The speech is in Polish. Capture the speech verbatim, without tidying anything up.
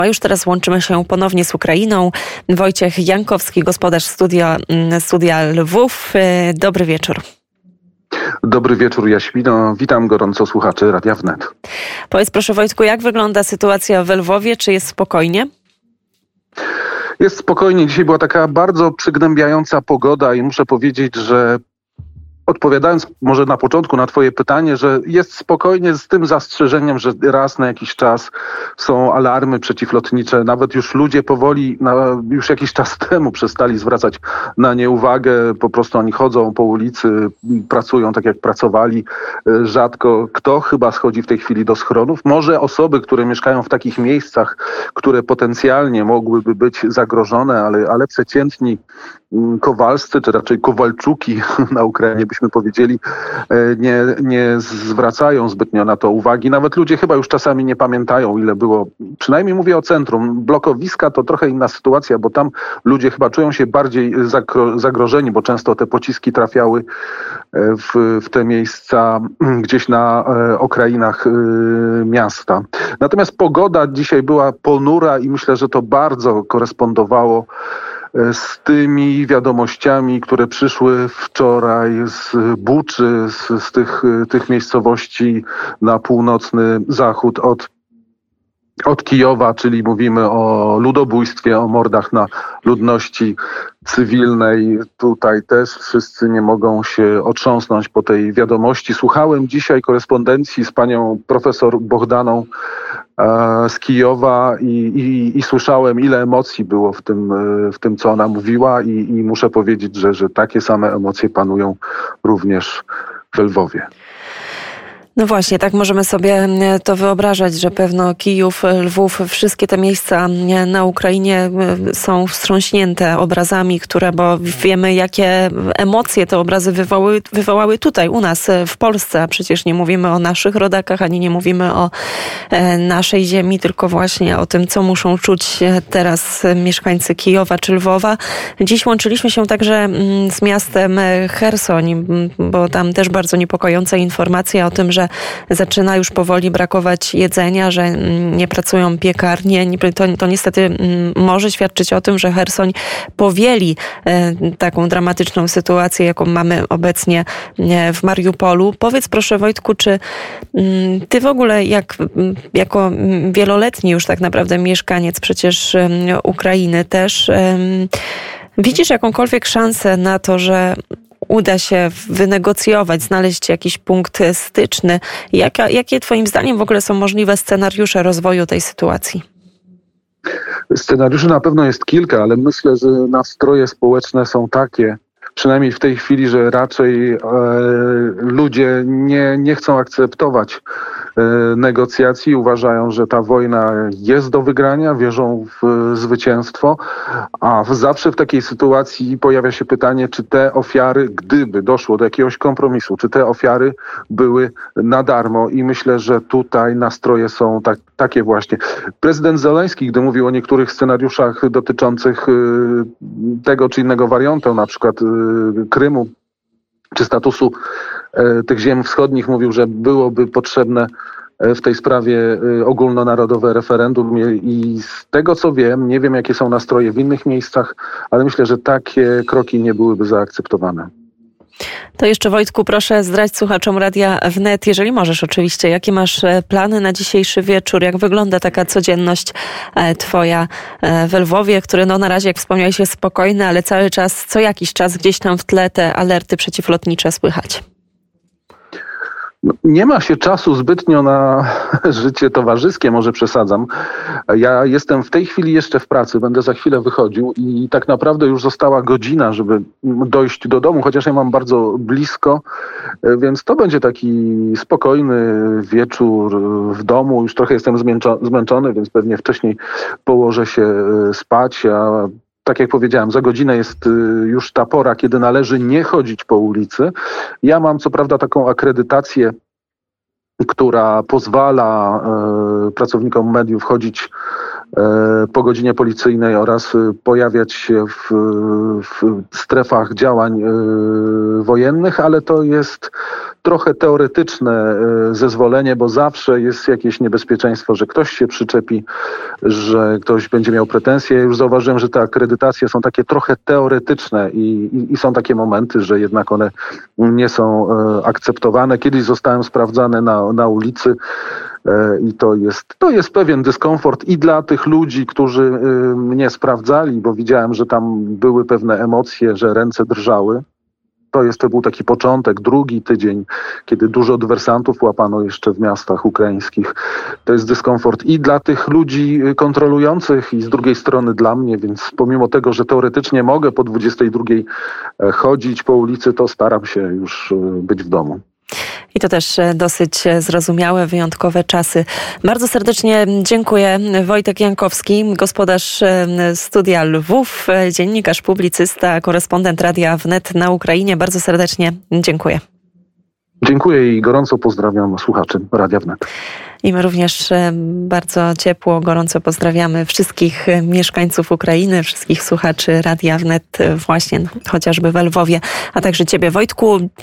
A już teraz łączymy się ponownie z Ukrainą. Wojciech Jankowski, gospodarz studia, studia Lwów. Dobry wieczór. Dobry wieczór, Jaśmino. Witam gorąco słuchaczy Radia Wnet. Powiedz proszę, Wojtku, jak wygląda sytuacja w Lwowie? Czy jest spokojnie? Jest spokojnie. Dzisiaj była taka bardzo przygnębiająca pogoda i muszę powiedzieć, że odpowiadając może na początku na twoje pytanie, że jest spokojnie z tym zastrzeżeniem, że raz na jakiś czas są alarmy przeciwlotnicze. Nawet już ludzie powoli, na, już jakiś czas temu przestali zwracać na nie uwagę. Po prostu oni chodzą po ulicy, pracują tak jak pracowali. Rzadko kto chyba schodzi w tej chwili do schronów. Może osoby, które mieszkają w takich miejscach, które potencjalnie mogłyby być zagrożone, ale, ale przeciętni Kowalscy, czy raczej Kowalczuki na Ukrainie byśmy powiedzieli, nie, nie zwracają zbytnio na to uwagi. Nawet ludzie chyba już czasami nie pamiętają, ile było, przynajmniej mówię o centrum. Blokowiska to trochę inna sytuacja, bo tam ludzie chyba czują się bardziej zagro- zagrożeni, bo często te pociski trafiały w, w te miejsca gdzieś na okrainach miasta. Natomiast pogoda dzisiaj była ponura i myślę, że to bardzo korespondowało z tymi wiadomościami, które przyszły wczoraj z Buczy, z, z tych, tych miejscowości na północny zachód od, od Kijowa, czyli mówimy o ludobójstwie, o mordach na ludności cywilnej. Tutaj też wszyscy nie mogą się otrząsnąć po tej wiadomości. Słuchałem dzisiaj korespondencji z panią profesor Bohdaną z Kijowa i, i, i słyszałem, ile emocji było w tym, w tym co ona mówiła i, i muszę powiedzieć, że, że takie same emocje panują również w Lwowie. No właśnie, tak możemy sobie to wyobrażać, że pewno Kijów, Lwów, wszystkie te miejsca na Ukrainie są wstrząśnięte obrazami, które, bo wiemy, jakie emocje te obrazy wywołały, wywołały tutaj, u nas, w Polsce. Przecież nie mówimy o naszych rodakach, ani nie mówimy o naszej ziemi, tylko właśnie o tym, co muszą czuć teraz mieszkańcy Kijowa czy Lwowa. Dziś łączyliśmy się także z miastem Chersoń, bo tam też bardzo niepokojące informacje o tym, że zaczyna już powoli brakować jedzenia, że nie pracują piekarnie. To, to niestety może świadczyć o tym, że Chersoń powieli taką dramatyczną sytuację, jaką mamy obecnie w Mariupolu. Powiedz proszę, Wojtku, czy ty w ogóle jak, jako wieloletni już tak naprawdę mieszkaniec przecież Ukrainy też widzisz jakąkolwiek szansę na to, że uda się wynegocjować, znaleźć jakiś punkt styczny? Jaka, jakie twoim zdaniem w ogóle są możliwe scenariusze rozwoju tej sytuacji? Scenariuszy na pewno jest kilka, ale myślę, że nastroje społeczne są takie, przynajmniej w tej chwili, że raczej e, ludzie nie, nie chcą akceptować e, negocjacji. Uważają, że ta wojna jest do wygrania, wierzą w zwycięstwo, a w, zawsze w takiej sytuacji pojawia się pytanie, czy te ofiary, gdyby doszło do jakiegoś kompromisu, czy te ofiary były na darmo, i myślę, że tutaj nastroje są tak, takie właśnie. Prezydent Zełenski, gdy mówił o niektórych scenariuszach dotyczących y, tego czy innego wariantu, na przykład y, Krymu czy statusu y, tych ziem wschodnich, mówił, że byłoby potrzebne w tej sprawie y, ogólnonarodowe referendum i z tego co wiem, nie wiem jakie są nastroje w innych miejscach, ale myślę, że takie kroki nie byłyby zaakceptowane. To jeszcze, Wojtku, proszę zdradź słuchaczom Radia Wnet, jeżeli możesz oczywiście, jakie masz plany na dzisiejszy wieczór, jak wygląda taka codzienność twoja w Lwowie, który no na razie, jak wspomniałeś, jest spokojny, ale cały czas, co jakiś czas gdzieś tam w tle te alerty przeciwlotnicze słychać. Nie ma się czasu zbytnio na życie towarzyskie, może przesadzam. Ja jestem w tej chwili jeszcze w pracy, będę za chwilę wychodził i tak naprawdę już została godzina, żeby dojść do domu, chociaż ja mam bardzo blisko, więc to będzie taki spokojny wieczór w domu. Już trochę jestem zmęczony, więc pewnie wcześniej położę się spać, a tak jak powiedziałem, za godzinę jest już ta pora, kiedy należy nie chodzić po ulicy. Ja mam co prawda taką akredytację, która pozwala e, pracownikom mediów chodzić e, po godzinie policyjnej oraz pojawiać się w, w strefach działań wojennych, ale to jest trochę teoretyczne zezwolenie, bo zawsze jest jakieś niebezpieczeństwo, że ktoś się przyczepi, że ktoś będzie miał pretensje. Ja już zauważyłem, że te akredytacje są takie trochę teoretyczne i, i, i są takie momenty, że jednak one nie są akceptowane. Kiedyś zostałem sprawdzany na, na ulicy i to jest, to jest pewien dyskomfort i dla tych ludzi, którzy mnie sprawdzali, bo widziałem, że tam były pewne emocje, że ręce drżały. To jeszcze był taki początek, drugi tydzień, kiedy dużo dywersantów łapano jeszcze w miastach ukraińskich. To jest dyskomfort i dla tych ludzi kontrolujących i z drugiej strony dla mnie, więc pomimo tego, że teoretycznie mogę po dwudziestej drugiej chodzić po ulicy, to staram się już być w domu. I to też dosyć zrozumiałe, wyjątkowe czasy. Bardzo serdecznie dziękuję. Wojtek Jankowski, gospodarz Studia Lwów, dziennikarz, publicysta, korespondent Radia Wnet na Ukrainie. Bardzo serdecznie dziękuję. Dziękuję i gorąco pozdrawiam słuchaczy Radia Wnet. I my również bardzo ciepło, gorąco pozdrawiamy wszystkich mieszkańców Ukrainy, wszystkich słuchaczy Radia Wnet właśnie chociażby we Lwowie, a także Ciebie, Wojtku.